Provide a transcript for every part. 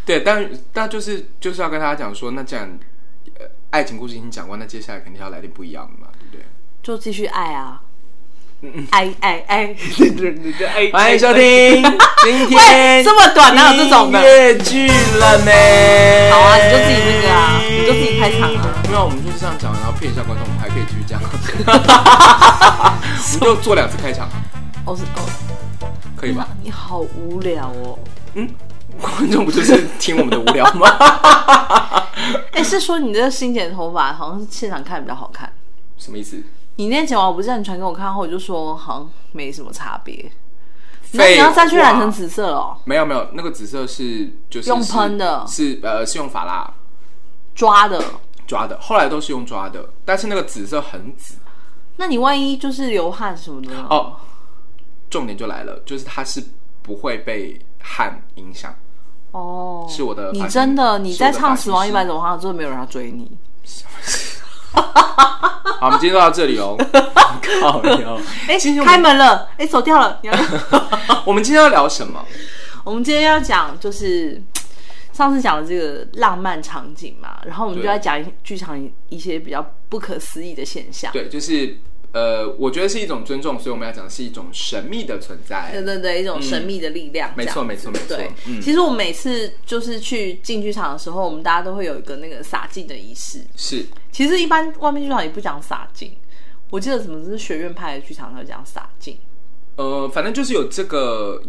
对，但就是要跟大家讲说，那这样爱情故事已经讲过，那接下来肯定要来点不一样的嘛，对不对？ 就继续爱啊。爱， 欢迎收听今天这么短哪有这种的音乐剧了呢？ 好啊，你就自己那个啊，你就自己开场啊。 没有，我们就是这样讲，然后骗一下观众，我们还可以继续这样。我们就做2次开场。可以吧？ 你好无聊哦。 观众不就是听我们的无聊吗？ 是说你这个新剪头发好像是现场看比较好看。 什么意思？ 你那天剪完我不是你传给我看后，我就说好像没什么差别。那你要再去染成紫色哦？ 没有，那个紫色是就是用喷的， 是用发蜡抓的， 后来都是用抓的，但是那个紫色很紫。 那你万一就是流汗什么的呢？ 重点就来了，就是它是不会被汗影响。是我的。 你真的你在唱《死亡100种方法》之后，没有人要追你。 好，我们今天就到这里哦。靠腰！ 开门了，走掉了。 我们今天要聊什么？ 我们今天要讲就是上次讲的这个浪漫场景嘛，然后我们就要讲剧场一些比较不可思议的现象。 对，就是我觉得是一种尊重，所以我们要讲的是一种神秘的存在。 对，一种神秘的力量。 没错。 对，其实我们每次就是去进剧场的时候，我们大家都会有一个那个洒净的仪式。是，其实一般外面剧场也不讲洒净，我记得什么是学院派的剧场才讲洒净。 反正就是有这个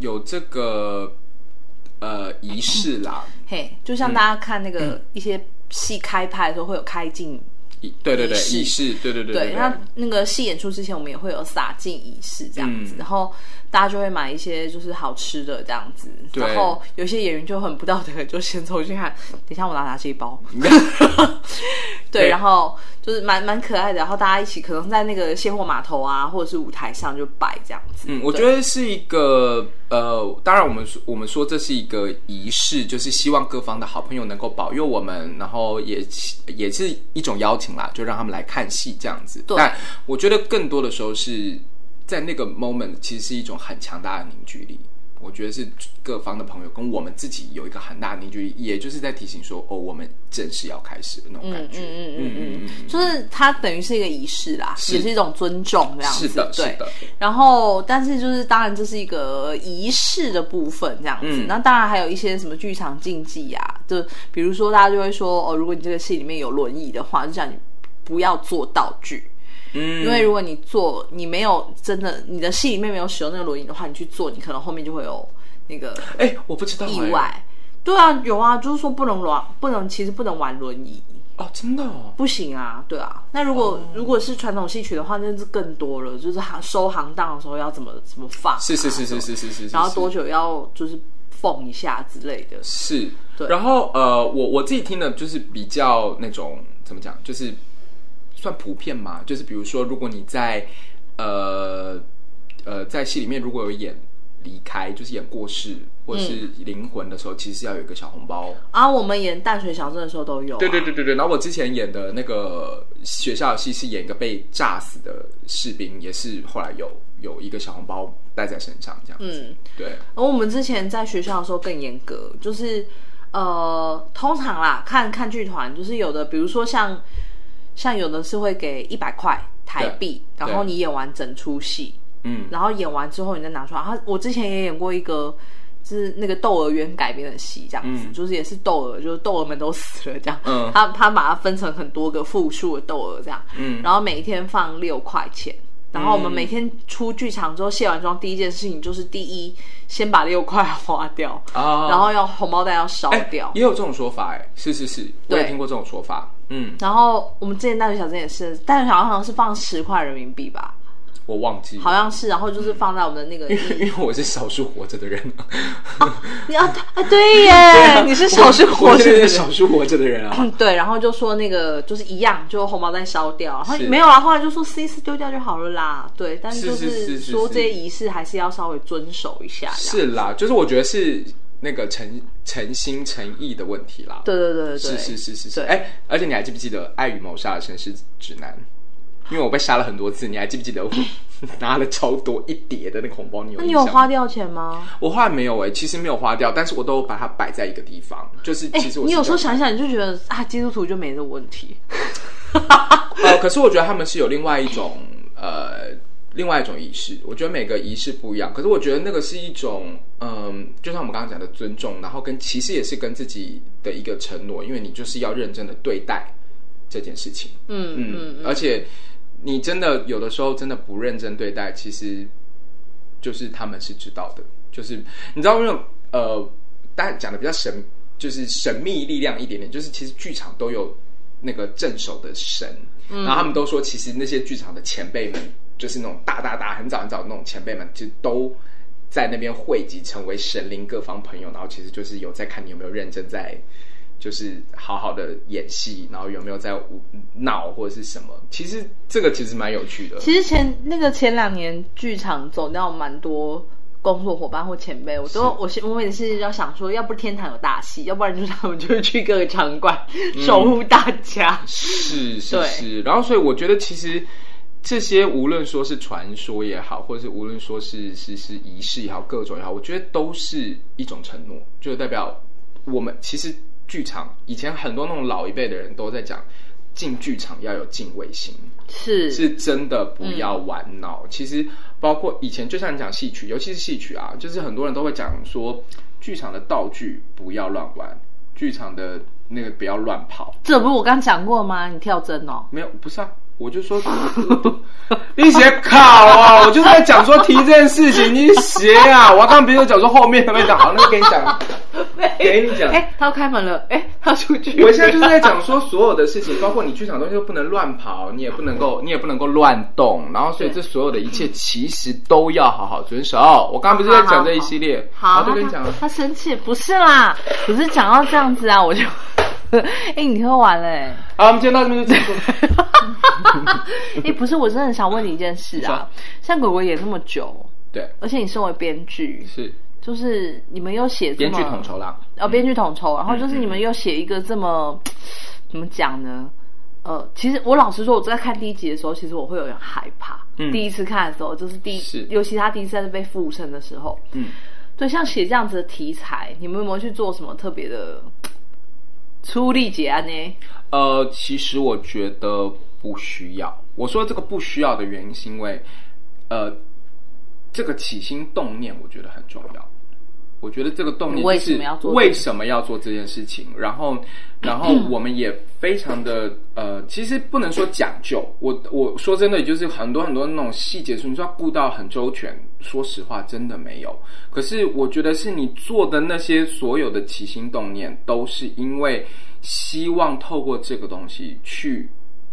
仪式啦。 就像大家看那个一些戏开拍的时候会有开镜。 对，仪式，对。 那个戏演出之前，我们也会有洒净仪式这样子，然后大家就会买一些就是好吃的这样子，然后有些演员就很不道德，就先走进看，等一下我拿这一包，对，然后就是蛮可爱的，然后大家一起可能在那个卸货码头啊，或者是舞台上就摆这样子。 我觉得是一个当然我们说这是一个仪式，就是希望各方的好朋友能够保佑我们，然后也是一种邀请啦，就让他们来看戏这样子。但我觉得更多的时候是在那个 moment 其实是一种很强大的凝聚力。我觉得是各方的朋友跟我们自己有一个很大的凝聚力，也就是在提醒说我们正式要开始的那种感觉。 就是它等于是一个仪式啦，也是一种尊重这样子。是的。然后，但是就是当然这是一个仪式的部分这样子。那当然还有一些什么剧场禁忌啊，就比如说大家就会说如果你这个戏里面有轮椅的话，就讲你不要做道具。因为如果你没有真的你的戏里面没有使用那个轮椅的话，你去做，你可能后面就会有那个我不知道意外。对啊，有啊，就是说其实不能玩轮椅。 真的不行啊。对啊，那如果是传统戏曲的话，那是更多了，就是收行当的时候要怎么放是， 然后多久要就是缝一下之类的。 是，对。然后我自己听的就是比较那种怎么讲，就是算普遍嘛，就是比如说，如果你在在戏里面如果有演离开，就是演过世或是灵魂的时候，其实要有一个小红包啊。我们演淡水小镇的时候都有。对。 然后我之前演的那个学校的戏是演一个被炸死的士兵，也是后来有一个小红包带在身上这样子。对。 而我们之前在学校的时候更严格，就是通常啦，看剧团就是有的，比如说像有的是会给100块台币，然后你演完整出戏，然后演完之后你再拿出来。我之前也演过一个，就是那个窦娥冤改编的戏，这样子，就是也是窦娥，就是窦娥们都死了这样，他把它分成很多个复数的窦娥这样，然后每一天放6块钱。然后我们每天出剧场之后卸完妆，第一件事情就是先把6块花掉，然后红包袋要烧掉。 也有这种说法是，我也听过这种说法。 然后我们之前淡水小镇也是，淡水小镇好像是放10块人民币吧。 我忘记了， 好像是，然后就是放在我们的那个， 因为我是少数活着的人对耶，你是少数活着的人， 我是少数活着的人啊。 对，然后就说那个就是一样，就红包袋烧掉，然后没有啦，后来就说撕一撕丢掉就好了啦。对，但是就是说这些仪式还是要稍微遵守一下。 是啦，就是我觉得是那个诚心诚意的问题啦。 对，是。 而且你还记不记得《爱与谋杀的绅士指南》？因为我被杀了很多次，你还记不记得我？ 拿了超多一叠的那个红包，你有那你印象吗？ 有花掉钱吗？ 我后来没有其实没有花掉，但是我都把它摆在一个地方，就是其实你有时候想想，你就觉得啊，基督徒就没这个问题。 可是我觉得他们是有另外一种仪式，我觉得每个仪式不一样，可是我觉得那个是一种就像我们刚刚讲的尊重，然后其实也是跟自己的一个承诺，因为你就是要认真的对待这件事情，而且你真的有的时候真的不认真对待，其实就是他们是知道的，就是你知道因为大家讲的比较就是神秘力量一点点，就是其实剧场都有那个镇守的神，然后他们都说，其实那些剧场的前辈们，就是那种大很早的那种前辈们，其实都在那边汇集，成为神灵各方朋友，然后其实就是有在看你有没有认真在，就是好好的演戏，然后有没有在闹或者是什么。其实这个其实蛮有趣的。 其实前2年剧场走掉蛮多工作伙伴或前辈，我也是要想说，要不天堂有大戏，要不然就是他们就会去各个场馆守护大家。 是，然后所以我觉得其实这些无论说是传说也好，或者是无论说是仪式也好，各种也好，我觉得都是一种承诺，就代表我们其实剧场以前很多那种老一辈的人都在讲，进剧场要有敬畏心，是真的不要玩闹。其实包括以前就像你讲戏曲，尤其是戏曲啊，就是很多人都会讲说，剧场的道具不要乱玩，剧场的那个不要乱跑。这不是我刚讲过吗？你跳针哦？ 没有，不是啊。我就说你写考啊，我就是在讲说提这件事情，你写啊！我刚刚不是讲说后面有没有讲？好，那给你讲，给你讲。 他要开门了，他出去。 我现在就是在讲说所有的事情，包括你剧场东西都不能乱跑，你也不能够乱动，然后所以这所有的一切其实都要好好遵守。我刚刚不是在讲这一系列， 好， 就跟你讲了。 他生气不是啦，可是讲到这样子啊，我就。你喝完了好，我们今天到这边就结束。 不是，我真的很想问你一件事啊，像鬼鬼演那么久， 对， 而且你身为编剧，就是你们又写这么编剧统筹啦， 编剧统筹，然后就是你们又写一个这么怎么讲呢？其实我老实说，我在看第一集的时候，其实我会有点害怕。第一次看的时候，就是尤其他第一次在被附身的时候，对，像写这样子的题材，你们有没有去做什么特别的？出力结案呢？ 其实我觉得不需要。我说这个不需要的原因是因为，这个起心动念我觉得很重要。我觉得这个动念就是为什么要做这件事情，然后我们也非常的其实不能说讲究。我说真的，就是很多那种细节，你说要顾到很周全，说实话真的没有。可是我觉得是你做的那些所有的起心动念，都是因为希望透过这个东西去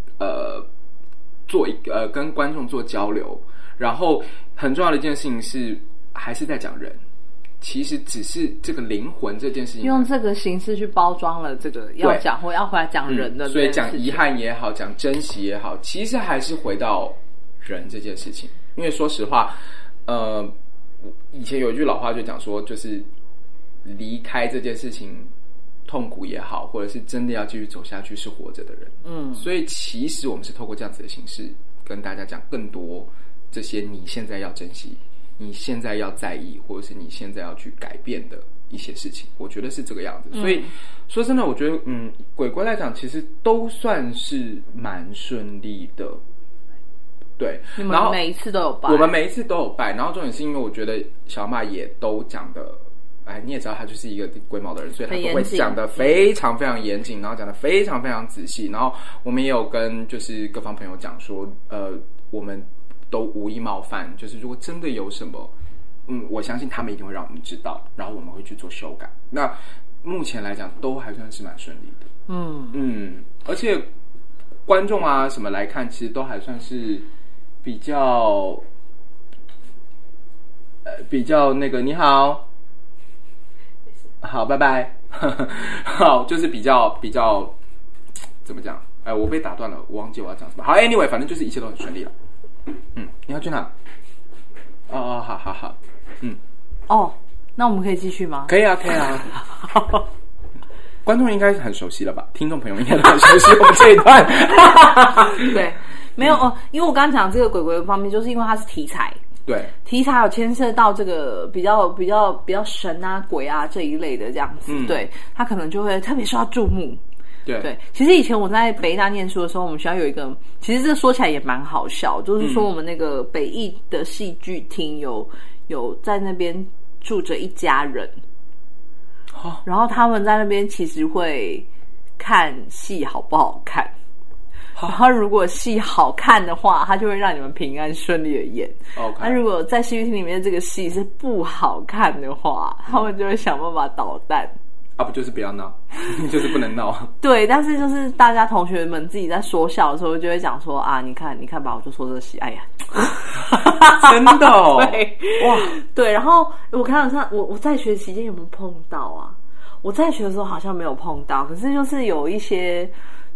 做跟观众做交流，然后很重要的一件事情是还是在讲人。其实只是这个灵魂这件事情， 用这个形式去包装了这个要讲或要回来讲人的所以讲遗憾也好，讲珍惜也好，其实还是回到人这件事情。因为说实话，以前有一句老话就讲说，就是离开这件事情，痛苦也好，或者是真的要继续走下去，是活着的人。所以其实我们是透过这样子的形式跟大家讲更多这些你现在要珍惜。你现在要在意，或者是你现在要去改变的一些事情，我觉得是这个样子。所以说真的，我觉得鬼鬼来讲，其实都算是蛮顺利的。对， 你们每一次都有拜， 我们每一次都有拜。然后重点是因为我觉得小马也都讲的，你也知道他就是一个龟毛的人，所以他都会讲的非常非常严谨，然后讲的非常非常仔细。然后我们也有跟就是各方朋友讲说，我们都无意冒犯，就是如果真的有什么，我相信他们一定会让我们知道，然后我们会去做修改。那目前来讲都还算是蛮顺利的，而且观众啊什么来看，其实都还算是比较那个你好，好拜拜，好，就是比较怎么讲？我被打断了，我忘记我要讲什么。好 ，anyway， 反正就是一切都很顺利了。你要去哪？好， 那我们可以继续吗？ 可以啊。观众应该很熟悉了吧？听众朋友应该都很熟悉我们这一段。 对， 没有因为我刚刚讲这个鬼鬼方面，就是因为它是题材。 对， 题材有牵涉到这个比较神啊、鬼啊这一类的这样子，对，它可能就会特别受到注目。对，其实以前我在北艺大念书的时候，我们学校有一个，其实这说起来也蛮好笑，就是说我们那个北艺的戏剧厅有在那边住着一家人，然后他们在那边其实会看戏好不好看。然后如果戏好看的话，他就会让你们平安顺利的演。那如果在戏剧厅里面这个戏是不好看的话，他们就会想办法捣蛋。 不就是不要闹，就是不能闹。 对，但是就是大家同学们自己在说笑的时候，就会讲说你看吧，我就说这个戏，哎呀， 真的对，哇，对。然后我看上我在学期间有没有碰到啊？我在学的时候好像没有碰到，可是就是有一些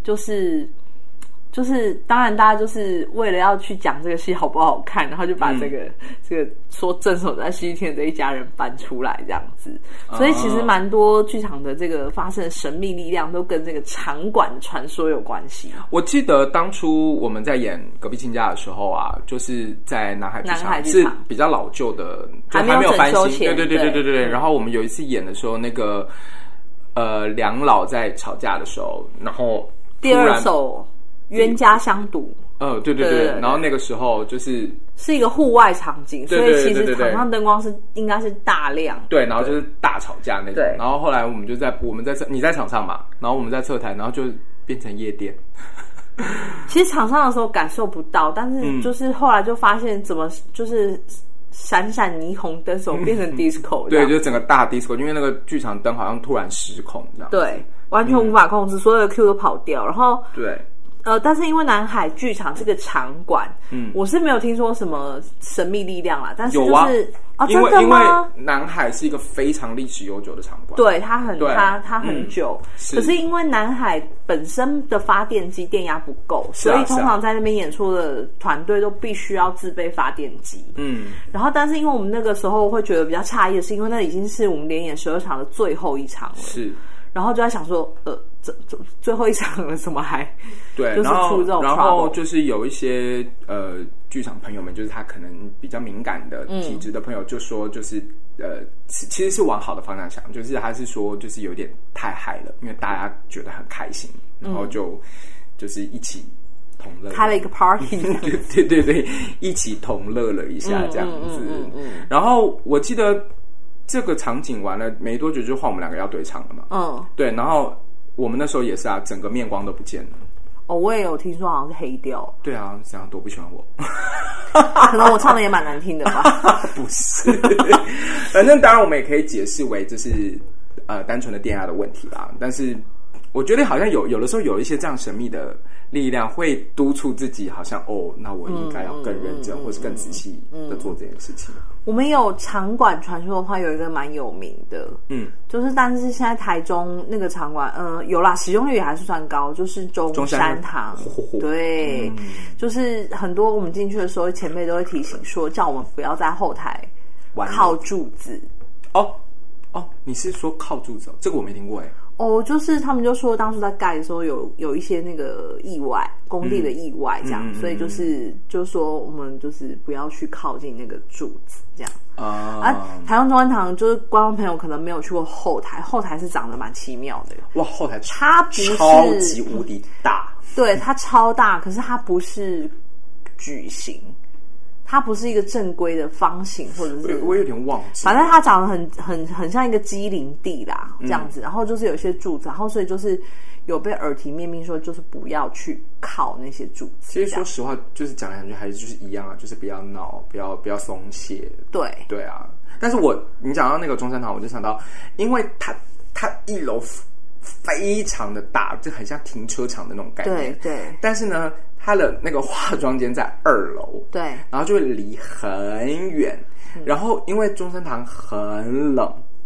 就是当然大家就是为了要去讲这个戏好不好看，然后就把这个说镇守在戏剧厅的这一家人搬出来这样子，所以其实蛮多剧场的这个发生的神秘力量都跟这个场馆传说有关系。 我记得当初我们在演隔壁亲家的时候啊，就是在南海剧场是比较老旧的，就还没有翻新，对。然后我们有一次演的时候，那个两老在吵架的时候，然后第二首冤家相赌， 对，然后那个时候是一个户外场景，所以其实场上灯光应该是大亮， 对，然后就是大吵架那种，然后后来我们你在场上嘛，然后我们在侧台，然后就变成夜店。 其实场上的时候感受不到，但是就是后来就发现怎么就是闪闪霓虹灯手变成 disco， 对，就是整个大 disco， 因为那个剧场灯好像突然失控这样， 对，完全无法控制，所有的 Q 都跑掉，然后对。 但是因为南海剧场这个场馆，我是没有听说什么神秘力量啦，但是就是因为真的吗？ 南海是一个非常历史悠久的场馆， 对，它很久，可是因为南海本身的发电机电压不够，所以通常在那边演出的团队都必须要自备发电机。然后但是因为我们那个时候会觉得比较诧异的是，因为那已经是我们连演12场的最后一场了，是，然后就在想说，最后一场了，怎么还对？ 就是出这种 trouble， 然后就是有一些剧场朋友们，就是他可能比较敏感的体质的朋友，就说就是其实是往好的方向想，就是还是说就是有点太嗨了，因为大家觉得很开心，然后就是一起同乐， 开了一个 party， 对，一起同乐了一下这样子。然后我记得这个场景完了没多久，就换我们两个要对唱了嘛。对，然后我们那时候也是整个面光都不见了。 我也有听说好像是黑掉。 对啊，这样多不喜欢我。 可能我唱的也蛮难听的吧。 不是，反正当然我们也可以解释为这是单纯的电压的问题啦。但是我觉得好像有的时候有一些这样神秘的力量会督促自己，好像那我应该要更认真，或是更仔细的做这件事情。 我们有场馆传说的话，有一个蛮有名的，就是但是现在台中那个场馆，有啦，使用率也还是算高，就是中山堂，对，就是很多我们进去的时候，前辈都会提醒说，叫我们不要在后台靠柱子。 你是说靠柱子？这个我没听过哎。 就是他们就说当初在盖的时候有一些那个意外，工地的意外这样，所以就是说我们就是不要去靠近那个柱子这样。台中中山堂就是观众朋友可能没有去过后台，后台是长得蛮奇妙的。 哇，后台它不是超级无敌大，对， 它超大，可是它不是矩形。它不是一个正规的方形，或者是我有点忘记， 反正它长得很像一个机灵地啦，这样子。然后就是有些柱子，然后所以就是有被耳提面命说，就是不要去靠那些柱子。 其实说实话，就是讲来讲去还是就是一样啊，就是不要闹，不要松懈。对啊。但是你讲到那个中山堂，我就想到，因为它一楼非常的大，就很像停车场的那种概念。对。但是呢，它的那个化妆间在2楼，对，然后就会离很远。然后因为中山堂很冷，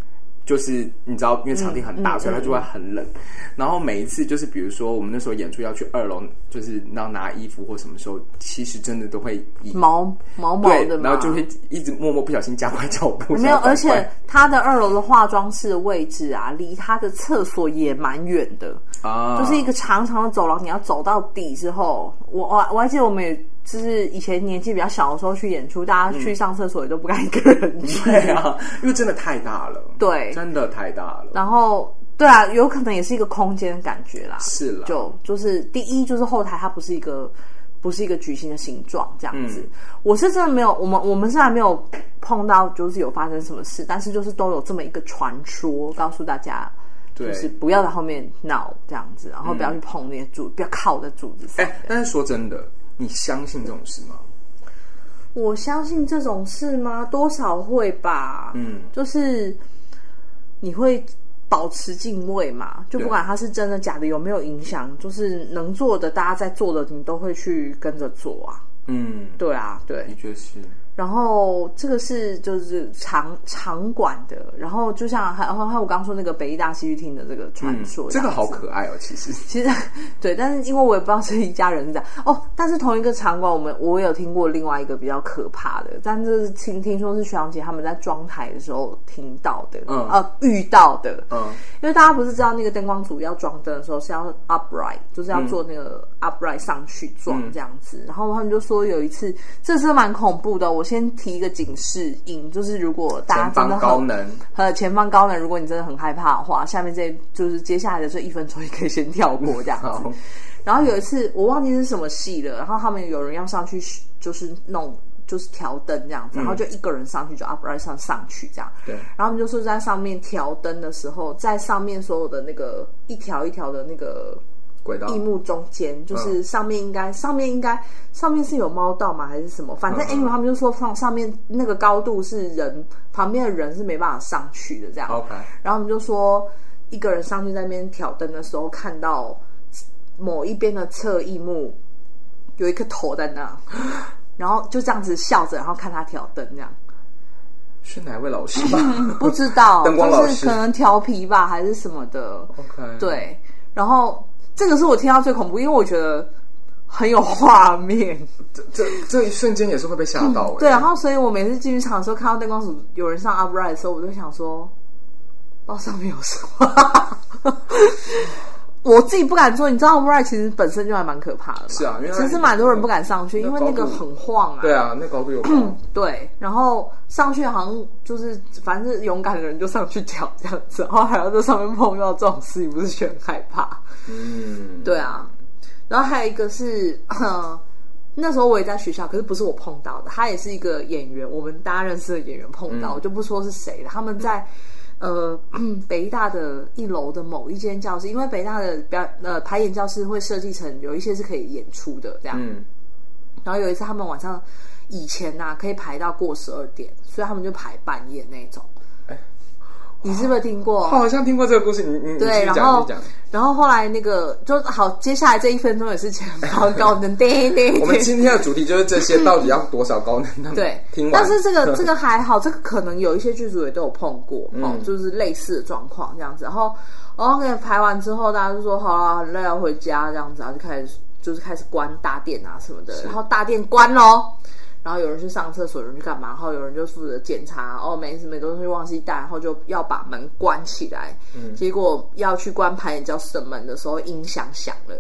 就是你知道，因为场地很大，所以它就会很冷。然后每一次就是比如说我们那时候演出要去2楼，就是要拿衣服或什么时候，其实真的都会毛的嘛， 然后就会一直默默不小心加快脚步。 没有，而且他的2楼的化妆室的位置啊，离他的厕所也蛮远的啊，就是一个长长的走廊，你要走到底之后，我还记得我们也就是以前年纪比较小的时候去演出，大家去上厕所也都不敢一个人去。 对啊，因为真的太大了。 对， 真的太大了。 然后对啊，有可能也是一个空间的感觉啦。 是啦， 就是第一就是后台它不是一个矩形的形状这样子。我是真的没有，我们虽然没有碰到就是有发生什么事，但是就是都有这么一个传说告诉大家。就是不要在后面闹这样子，然后不要去碰那些柱，不要靠在柱子上。 但是说真的，你相信这种事吗？ 我相信这种事吗？多少会吧。就是你会保持敬畏嘛，就不管它是真的假的，有没有影响，就是能做的，大家在做的，你都会去跟着做啊。对啊，对， 的确是。 然后这个是就是场馆的，然后就像还有我刚刚说那个北艺大戏剧厅的这个传说， 这个好可爱哦，其实对，但是因为我也不知道是一家人是这样哦，但是同一个场馆我有听过另外一个比较可怕的，但这是听说是学长姐他们在装台的时候听到的，遇到的，因为大家不是知道那个灯光组要装灯的时候是要 upright， 就是要做那个 upright 上去装这样子，然后他们就说有一次，这是蛮恐怖的，我先提一个警示音，就是如果大家真的前方高能，如果你真的很害怕的话，下面就是接下来的这1分钟也可以先跳过这样子。然后有一次我忘记是什么戏了，然后他们有人要上去就是弄就是调灯这样子，然后就一个人上去就 upright 上去这样，对，然后他们就说在上面调灯的时候，在上面所有的那个一条一条的那个荧幕中间，就是上面是有猫道吗还是什么，反正因为他们就说上面那个高度是人旁边的人是没办法上去的这样，然后我们就说一个人上去在那边挑灯的时候，看到某一边的侧翼幕有一颗头在那，然后就这样子笑着，然后看他挑灯这样。 是哪位老师吧？ 不知道， 灯光老师就是可能调皮吧还是什么的。对，然后这个是我听到最恐怖，因为我觉得很有画面， 这一瞬间也是会被吓到。 对，然后所以我每次进去场的时候，看到灯光组有人上 upright 的时候，我就想说，不知道上面有什么。我自己不敢做，你知道 upright 其实本身就还蛮可怕的嘛。是啊，因为其实蛮多人不敢上去，因为那个很晃啊。 对啊，那高度又高。 对，然后上去好像就是反正是勇敢的人就上去挑这样子，然后还要在上面碰到这种事情，不是觉得很害怕？对啊。然后还有一个是，那时候我也在学校，可是不是我碰到的，他也是一个演员，我们大家认识的演员碰到，我就不说是谁了。他们在北艺大的1楼的某一间教室，因为北艺大的排演教室会设计成有一些是可以演出的这样。然后有一次他们晚上以前可以排到过12点，所以他们就排半夜那种。你是不是听过？ 好像听过这个故事，你对，然后后来那个就好，接下来这1分钟也是前方高能，对。 我们今天的主题就是这些，到底要多少高能？ 对， 听完。 但是这个还好，这个可能有一些剧组也都有碰过，就是类似的状况这样子。然后排完之后，大家就说好了，很累要回家这样子，然后就开始关大电啊什么的，然后大电关咯。然后有人去上厕所，有人去干嘛？然后有人就负责检查，没东西忘记带，然后就要把门关起来。结果要去关排演教室的门的时候，音响响了，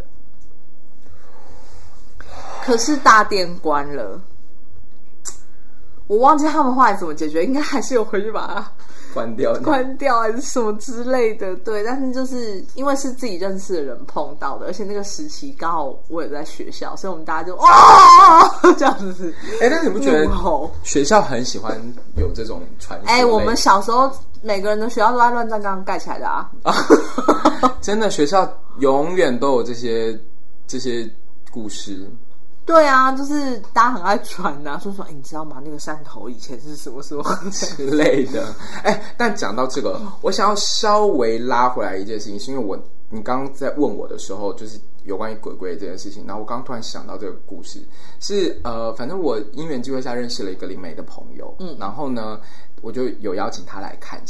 可是大电关了。我忘记他们后来怎么解决，应该还是有回去把它关掉还是什么之类的。对，但是就是因为是自己认识的人碰到的，而且那个时期刚好我也在学校，所以我们大家就这样子。 但是你不觉得学校很喜欢有这种传说？ 我们小时候每个人的学校都在乱葬岗盖起来的啊。 真的，学校永远都有这些故事。 对啊，就是大家很爱传啊，说你知道吗？那个山头以前是什么什么之类的。但讲到这个，我想要稍微拉回来一件事情，是因为你刚刚在问我的时候，就是有关于鬼鬼这件事情，然后我刚刚突然想到这个故事，是反正我因缘机会下认识了一个灵媒的朋友，然后呢，我就有邀请他来看戏。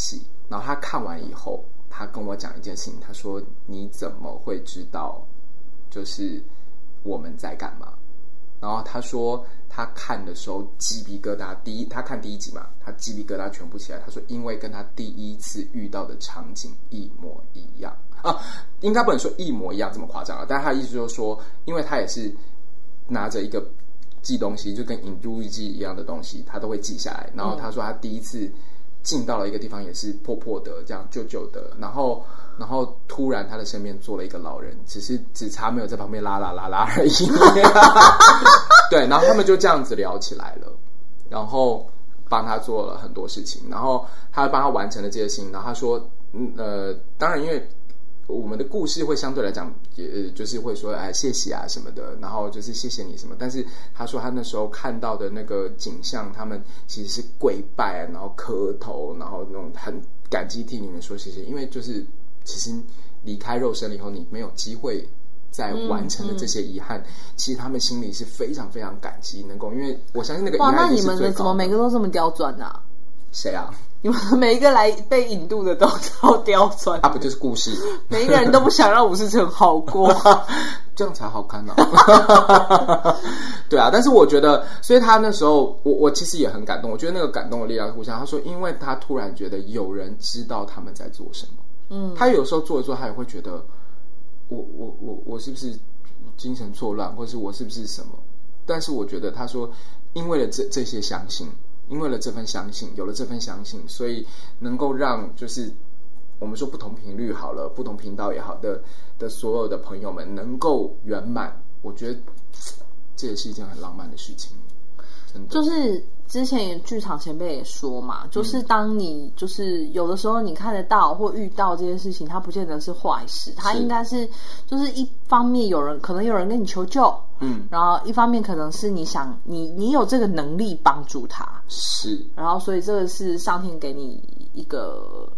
然后他看完以后，他跟我讲一件事情，他说你怎么会知道就是我们在干嘛？然后他说他看的时候鸡皮疙瘩，他看第一集嘛，他鸡皮疙瘩全部起来。他说因为跟他第一次遇到的场景一模一样啊，应该不能说一模一样这么夸张了，但是他的意思就是说，因为他也是拿着一个记东西，就跟引入日记一样的东西，他都会记下来。然后他说他第一次进到了一个地方，也是破破的，这样旧旧的，然后突然他的身边坐了一个老人，只差没有在旁边拉而已。对，然后他们就这样子聊起来了，然后帮他做了很多事情，然后他帮他完成了这些事情。然后他说，当然因为我们的故事会相对来讲，就是会说谢谢啊什么的，然后就是谢谢你什么。但是他说他那时候看到的那个景象，他们其实是跪拜，然后磕头，然后那种很感激涕零的说谢谢，因为就是其实离开肉身了以后，你没有机会再完成了这些遗憾，其实他们心里是非常非常感激，能够，因为我相信那个遗憾是最高的。 哇，那你们怎么每个都这么刁钻啊？ 谁啊？ 你们每一个来被引渡的都超刁钻， 不就是故事？ 每一个人都不想让武士城好过， 这样才好看呢。对啊，但是我觉得，所以他那时候，我其实也很感动。我觉得那个感动的力量互相。他说，因为他突然觉得有人知道他们在做什么。他有时候做一做，他也会觉得，我是不是精神错乱，或是我是不是什么？但是我觉得，他说，因为了这些相信。因为了这份相信，有了这份相信，所以能够让就是我们说不同频率好了，不同频道也好的所有的朋友们能够圆满，我觉得这也是一件很浪漫的事情。真的， 就是之前剧场前辈也说嘛，就是当你就是有的时候你看得到或遇到这件事情，它不见得是坏事，它应该是就是一方面可能有人跟你求救，然后一方面可能是你想你有这个能力帮助他， 是， 然后所以这个是上天给你一个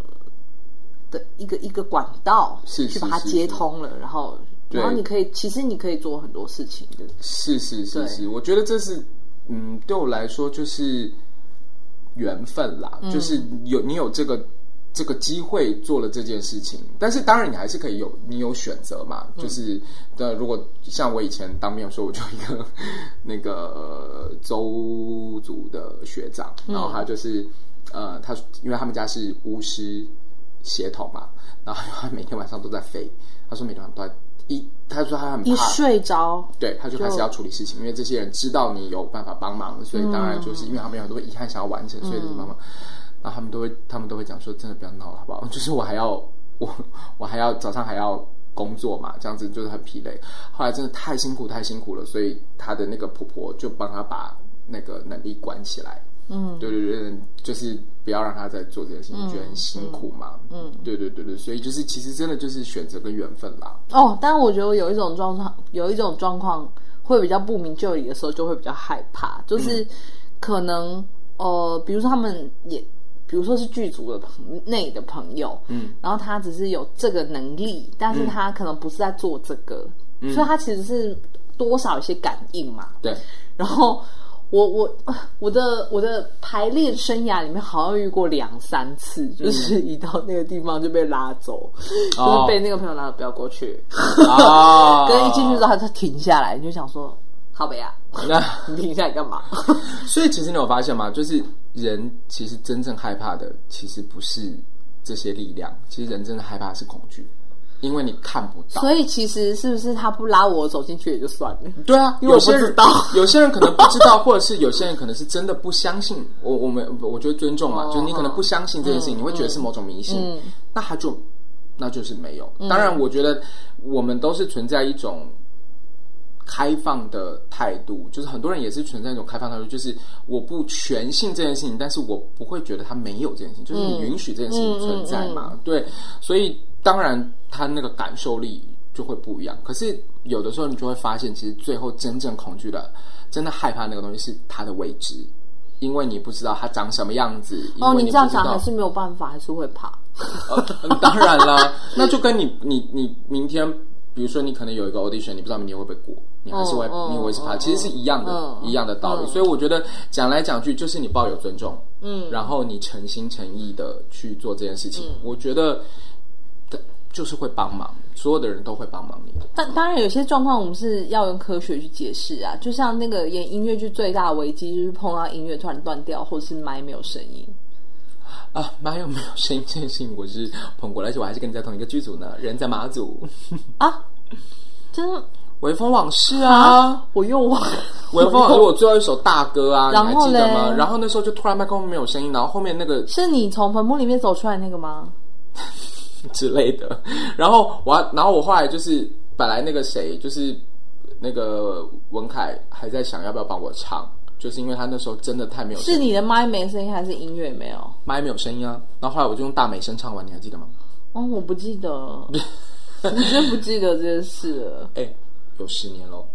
管道， 是去把它接通了，然后你可以其实你可以做很多事情的， 是，我觉得这是对我来说就是缘分啦，就是你有这个机会做了这件事情，但是当然你还是可以你有选择嘛，就是如果像我以前当兵的时候，我就一个那个周族的学长，然后他就是他因为他们家是巫师血统嘛，然后他每天晚上都在飞，他说每天晚上都在他说他很怕一睡着， 对，他就开始要处理事情，因为这些人知道你有办法帮忙，所以当然就是因为他们有很多遗憾想要完成，所以就是帮忙。然后他们都会讲说，真的不要闹了，好不好？就是我还要早上还要工作嘛，这样子就是很疲累。后来真的太辛苦了，所以他的那个婆婆就帮他把那个能力关起来。对，就是不要让他再做这件事情，觉得很辛苦嘛。对，所以就是其实真的就是选择跟缘分啦。 但我觉得有一种状况会比较不明就里的时候，就会比较害怕，就是可能比如说他们比如说是剧组的内的朋友，然后他只是有这个能力，但是他可能不是在做这个，所以他其实是多少有些感应嘛。对，然后我的排练生涯里面好像遇过2-3次，就是一到那个地方就被拉走，就是被那个朋友拉走，不要过去。跟一进去之后他停下来，你就想说靠北啊，你停下来干嘛？ 所以其实你有发现吗？就是人其实真正害怕的其实不是这些力量，其实人真的害怕的是恐惧。因为你看不到， 所以其实是不是他不拉我走进去也就算了？ 对啊， 因为我不知道， 有些人可能不知道，或者是有些人可能是真的不相信。我觉得尊重嘛，就是你可能不相信这件事情，你会觉得是某种迷信，那就是没有。当然，我觉得我们都是存在一种开放的态度，就是很多人也是存在一种开放态度，就是我不全信这件事情，但是我不会觉得它没有这件事情，就是你允许这件事情存在嘛。对，所以当然他那个感受力就会不一样。可是有的时候你就会发现，其实最后真正恐惧的、真的害怕那个东西是它的未知，因为你不知道它长什么样子。 你这样想还是没有办法，还是会怕。 当然啦，那就跟你明天。比如说你可能有一个 audition， 你不知道明天会不会过，你还是会，你会是怕，其实是一样的道理。所以我觉得讲来讲去就是你抱有尊重， 然后你诚心诚意的去做这件事情，我觉得就是会帮忙，所有的人都会帮忙你。 但当然有些状况我们是要用科学去解释啊，就像那个演音乐剧最大的危机就是碰到音乐突然断掉，或者是麦没有声音。 啊，麦有没有声音这件事情我是碰过，而且我还是跟你在同一个剧组呢，人在马祖啊，真的。 微风往事啊， 我又忘了。 微风往事我最后一首大歌啊， 然后你还记得吗？然后那时候就突然麦克风没有声音，然后后面那个是你从坟墓里面走出来那个吗？ 之类的。然后我后来就是本来那个谁就是那个文凯还在想要不要帮我唱，就是因为他那时候真的太没有声音。 是你的麦没声音还是音乐没有？ 麦没有声音啊。然后后来我就用大美声唱完，你还记得吗？ 哦，我不记得，我真不记得这件事了。 有10年咯。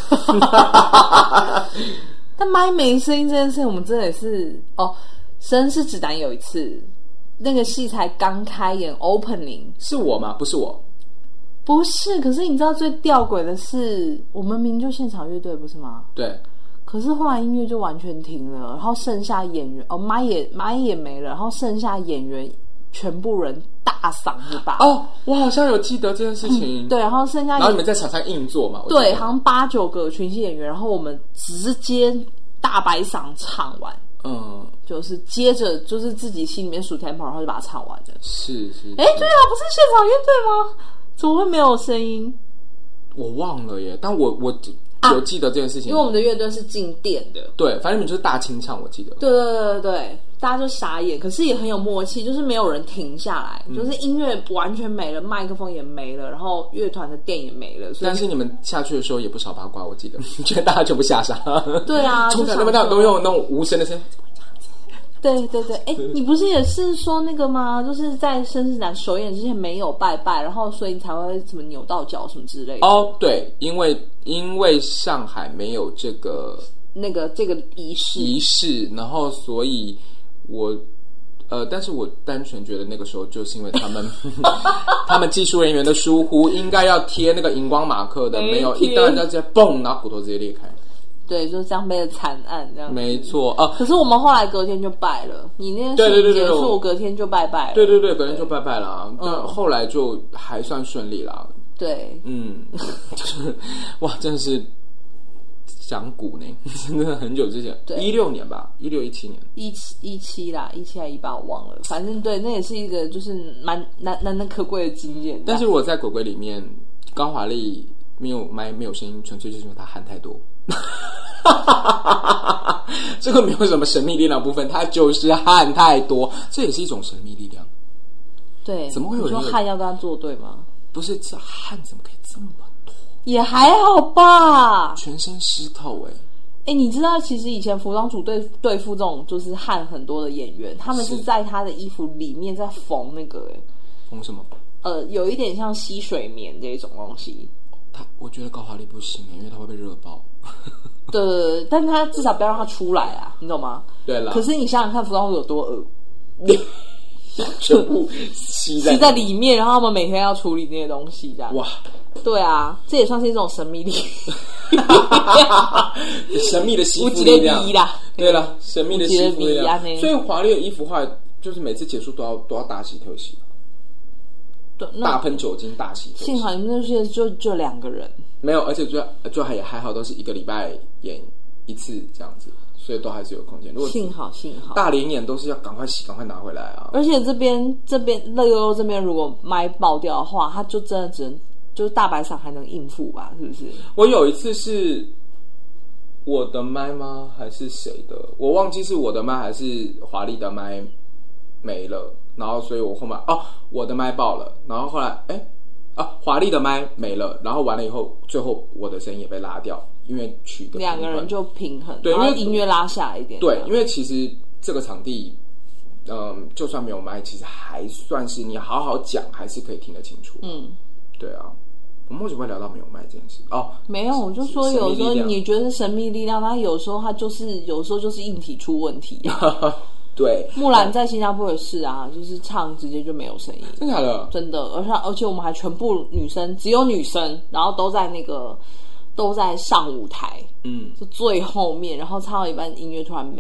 但麦没声音这件事我们真的也是绅士指南有一次那个戏才刚开演 opening， 是我吗？不是我， 不是。可是你知道最吊诡的是我们明明就现场乐队不是吗？ 对。 可是后来音乐就完全停了，然后剩下演员麦也没了，然后剩下演员全部人大嗓子大。 我好像有记得这件事情。 对，然后剩下然后你们在场上硬做嘛？ 对，好像8、9个群戏演员，然后我们直接大白嗓唱完。就是接着就是自己心里面数 tempo， 然后就把它唱完了。 是。 对啊，不是现场乐队吗？怎么会没有声音？ 我忘了耶，但我有记得这件事情， 因为我们的乐队是静电的。 对，反正你们就是大清唱，我记得。 对，大家就傻眼，可是也很有默契，就是没有人停下来，就是音乐完全没了，麦克风也没了，然后乐团的电也没了。 但是你们下去的时候也不少八卦，我记得，觉得大家全部吓傻。 对啊， 冲起来那么大，都用那种无声的声音。 对，你不是也是说那个吗？就是在绅士展首演之前没有拜拜，然后所以你才会什么扭到脚什么之类的。 对，因为上海没有这个仪式，然后所以但是我单纯觉得那个时候就是因为他们技术人员的疏忽，应该要贴那个荧光马克的，没有，一到人家直接嘣，然后骨头直接裂开。 对，就是江杯的惨案这样。 没错可是我们后来隔天就拜了，你那件事情结束，隔天就拜了。 对，隔天就拜了。但后来就还算顺利啦。 对， 就是哇，真的是讲古呢，真的很久之前，16年吧，16、17年 ，17啦，17还18我忘了，反正对，那也是一个就是蛮难能可贵的经验。 但是我在鬼鬼里面，高华丽没有麦没有声音，纯粹就是因为他汗太多。这个没有什么神秘力量部分，它就是汗太多，这也是一种神秘力量。 对， 怎么会有人说汗要跟他作对吗？ 不是，这汗怎么可以这么多？ 也还好吧， 全身湿透你知道其实以前服装组对付这种就是汗很多的演员，他们是在他的衣服里面在缝那个缝什么？ 有一点像吸水棉这种东西。 我觉得高华丽不行因为他会被热爆。 对，但他至少不要让他出来啊，你懂吗？ 对啦。 可是你想想看，服装组有多恶， 全部吸在里面，然后他们每天要处理那些东西，这样。 哇， 对啊，这也算是一种神秘力。 神秘的吸附力量啦。 对了，神秘的吸附力量。所以华丽的衣服后来就是每次结束都要大洗特洗。大喷酒精大洗。 幸好你们那些就2个人， 没有，而且就还好，都是1个礼拜演1次这样子，所以都还是有空间。如果幸好大连演都是要赶快洗，赶快拿回来啊。 而且这边乐悠悠这边如果麦爆掉的话，他就真的只能就是大白嗓还能应付吧，是不是？ 我有一次是我的麦吗？还是谁的？我忘记是我的麦还是华丽的麦没了。然后，所以我后面我的麦爆了，然后后来华丽的麦没了，然后完了以后，最后我的声音也被拉掉，因为取个 2个人就平衡， 对，因为音乐拉下来一点， 对，因为其实这个场地，就算没有麦，其实还算是你好好讲，还是可以听得清楚。对啊。我们为什么会聊到没有麦这件事？ 没有，我就说有时候你觉得是神秘力量，它有时候就是硬体出问题啊。 对， 木兰在新加坡也是啊，就是唱直接就没有声音。 真的假的？ 真的，而且我们还全部女生，只有女生，然后都在上舞台，就最后面，然后唱到一半音乐突然没，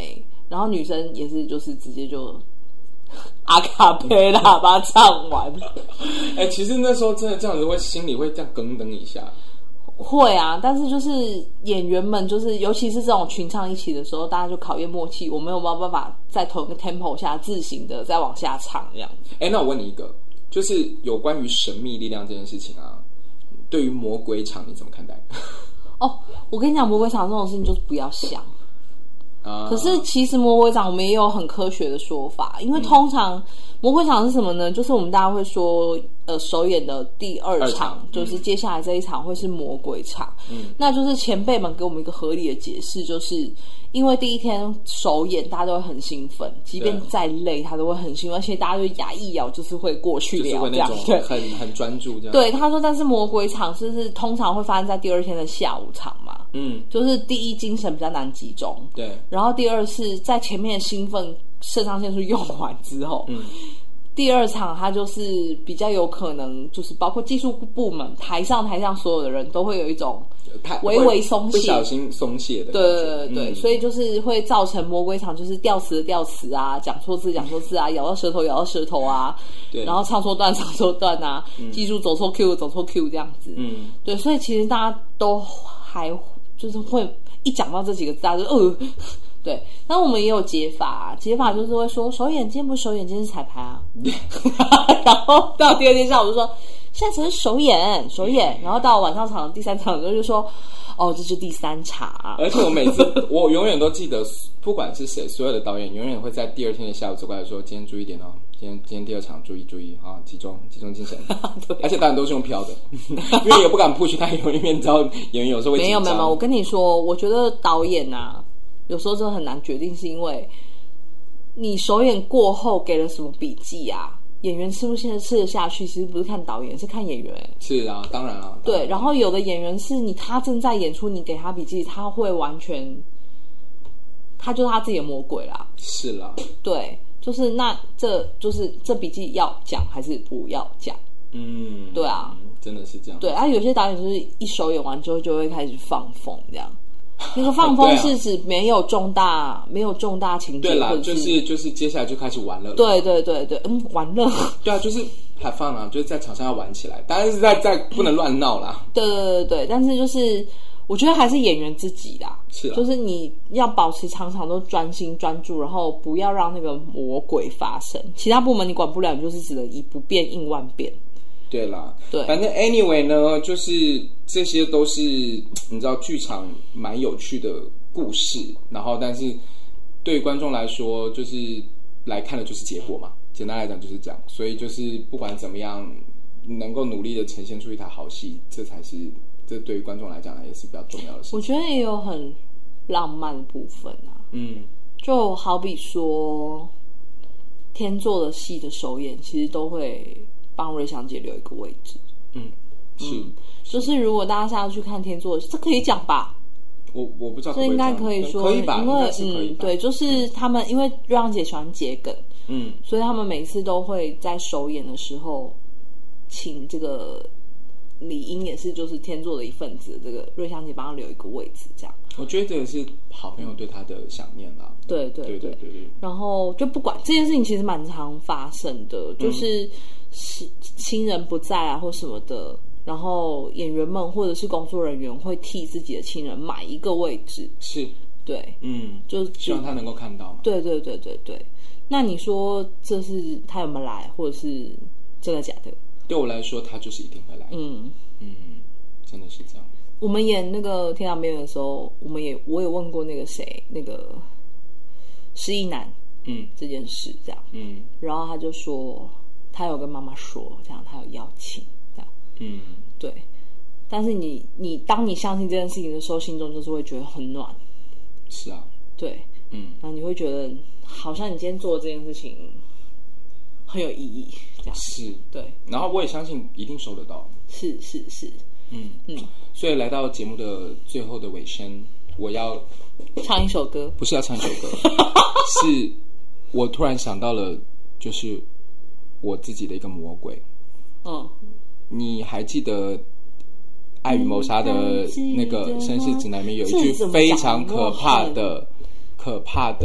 然后女生也是就是直接就阿卡贝拉把它唱完。 其实那时候真的这样子会心里会这样咯噔一下。 会啊，但是就是演员们就是尤其是这种群唱一起的时候，大家就考验默契，我们有没有办法在同一个 tempo 下自行的再往下唱这样子。 那我问你一个，就是有关于神秘力量这件事情啊，对于魔鬼场你怎么看待？ 我跟你讲，魔鬼场这种事情就是不要想。可是其实魔鬼场我们也有很科学的说法，因为通常魔鬼场是什么呢？就是我们大家会说首演的第二场就是接下来这一场会是魔鬼场。那就是前辈们给我们一个合理的解释，就是因为第一天首演大家都会很兴奋，即便再累他都会很兴奋，而且大家就牙一咬就是会过去了， 就是会那种很专注这样。 对，他说但是魔鬼场是通常会发生在第二天的下午场嘛。就是第一精神比较难集中，对，然后第二是在前面的兴奋肾上腺素用完之后，第二场它就是比较有可能就是包括技术部门台上所有的人都会有一种微微松懈， 不小心松懈的， 对，所以就是会造成魔鬼场，就是掉词啊，讲错字啊，咬到舌头啊，对，然后唱错段啊，技术走错 Q 这样子，对，所以其实大家都还就是会一讲到这几个字，大家就对。那我们也有解法就是会说首演，今天不是首演，今天是彩排啊。然后到第二天下午就说现在才是首演，然后到晚上场第三场的时候就说这是第三场。 而且我永远都记得，不管是谁，所有的导演永远会在第二天的下午走过来说：“今天注意点哦，今天第二场注意啊，集中精神。”而且当然都是用飘的，因为也不敢 push 太远，因为你知道演员有时候会紧张。 没有，我跟你说，我觉得导演啊，有时候真的很难决定，是因为你首演过后给了什么笔记啊。演员吃不吃得下去，其实不是看导演，是看演员。是啊，当然啊。 对，然后有的演员是他正在演出，你给他笔记，他会完全，他就是他自己的魔鬼啦。 是啦。对， 就是这笔记要讲还是不要讲？对啊， 真的是这样。 对啊，有些导演就是一首演完之后就会开始放风这样。那个放风是指没有重大情节， 对啦，就是接下来就开始玩乐了。 对，玩乐。 对啊，就是have fun啊，就是在场上要玩起来，当然是在不能乱闹啦。 对，但是就是我觉得还是演员自己啦， 是啦， 就是你要保持场都专心专注，然后不要让那个魔鬼发生。其他部门你管不了，你就是只能以不变应万变。 对啦，对，反正 anyway 呢，就是这些都是你知道剧场蛮有趣的故事，然后但是对于观众来说，就是来看的就是结果嘛，简单来讲就是这样，所以就是不管怎么样，能够努力的呈现出一台好戏，这对于观众来讲也是比较重要的事情。 我觉得也有很浪漫的部分啊，就好比说天作的戏的首演，其实都会帮瑞香姐留一个位置。就是如果大家下次去看天作，这可以讲吧？ 我不知道， 这应该可以说， 可以吧？ 因为对，就是他们因为瑞香姐喜欢桔梗，所以他们每次都会在首演的时候，请这个理应也是就是天作的一份子，这个瑞香姐帮他留一个位置，这样。 我觉得这也是好朋友对他的想念啦。 对。然后就不管这件事情，其实蛮常发生的，就是亲人不在啊或什么的，然后演员们或者是工作人员会替自己的亲人买一个位置。 是， 对， 就希望他能够看到嘛。 对。那你说这是他有没有来，或者是真的假的？ 对我来说，他就是一定会来。真的是这样。 我们演那个《天堂边缘》的时候，我也问过那个谁，那个失忆男，这件事这样，然后他就说他有跟妈妈说，这样他有邀请，这样，对。但是你当你相信这件事情的时候，心中就是会觉得很暖。 是啊， 对，然后你会觉得好像你今天做的这件事情很有意义，这样是， 对。 然后我也相信一定收得到。 是。 所以来到节目的最后的尾声，我要唱一首歌， 不是要唱一首歌，是我突然想到了，就是我自己的一个魔鬼。你还记得《爱与谋杀》的那个绅士指南里面有一句非常可怕的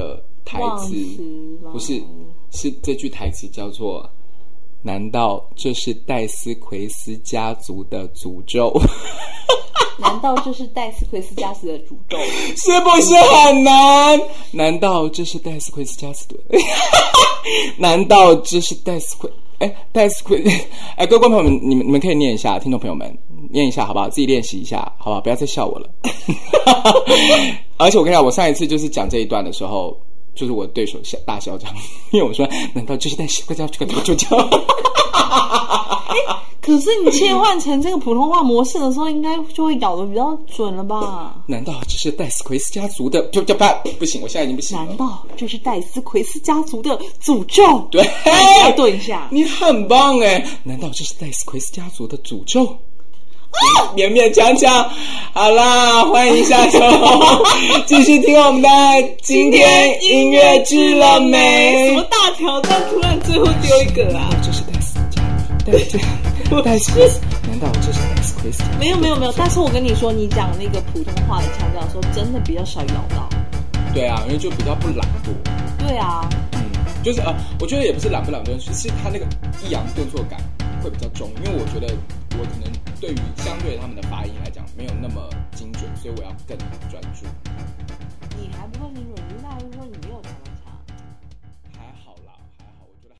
台词，不是，是这句台词叫做“难道这是戴斯奎斯家族的诅咒？” 难道这是戴斯奎斯家族的诅咒？ 是不是很难？难道这是戴斯奎斯家族的？难道这是戴斯奎？各位观众朋友们，你们可以念一下，听众朋友们念一下好不好？自己练习一下好不好？不要再笑我了。而且我跟你讲，我上一次就是讲这一段的时候，就是我对手大嚣张，因为我说难道这是戴斯奎斯家族的诅咒？ 可是你切换成这个普通话模式的时候，应该就会咬得比较准了吧？ 难道这是戴斯奎斯家族的？不行，我现在已经不行了。 难道这是戴斯奎斯家族的诅咒？ 对， 要顿一下。 你很棒哎！难道这是戴斯奎斯家族的诅咒？勉勉强强，好啦，欢迎下周继续听我们的今天音乐剧了没？ 什么大挑战？突然最后丢一个啊！ 这是戴斯奎斯？难道这是戴斯奎斯？ 没有。但是我跟你说，你讲那个普通话的腔调的时候，真的比较少咬到。 对啊，因为就比较不懒惰。 对啊， 就是我觉得也不是懒不懒惰，是他那个抑扬顿挫感会比较重，因为我觉得我可能对于相对他们的发音来讲没有那么精准，所以我要更专注。 你还不够精准，你那会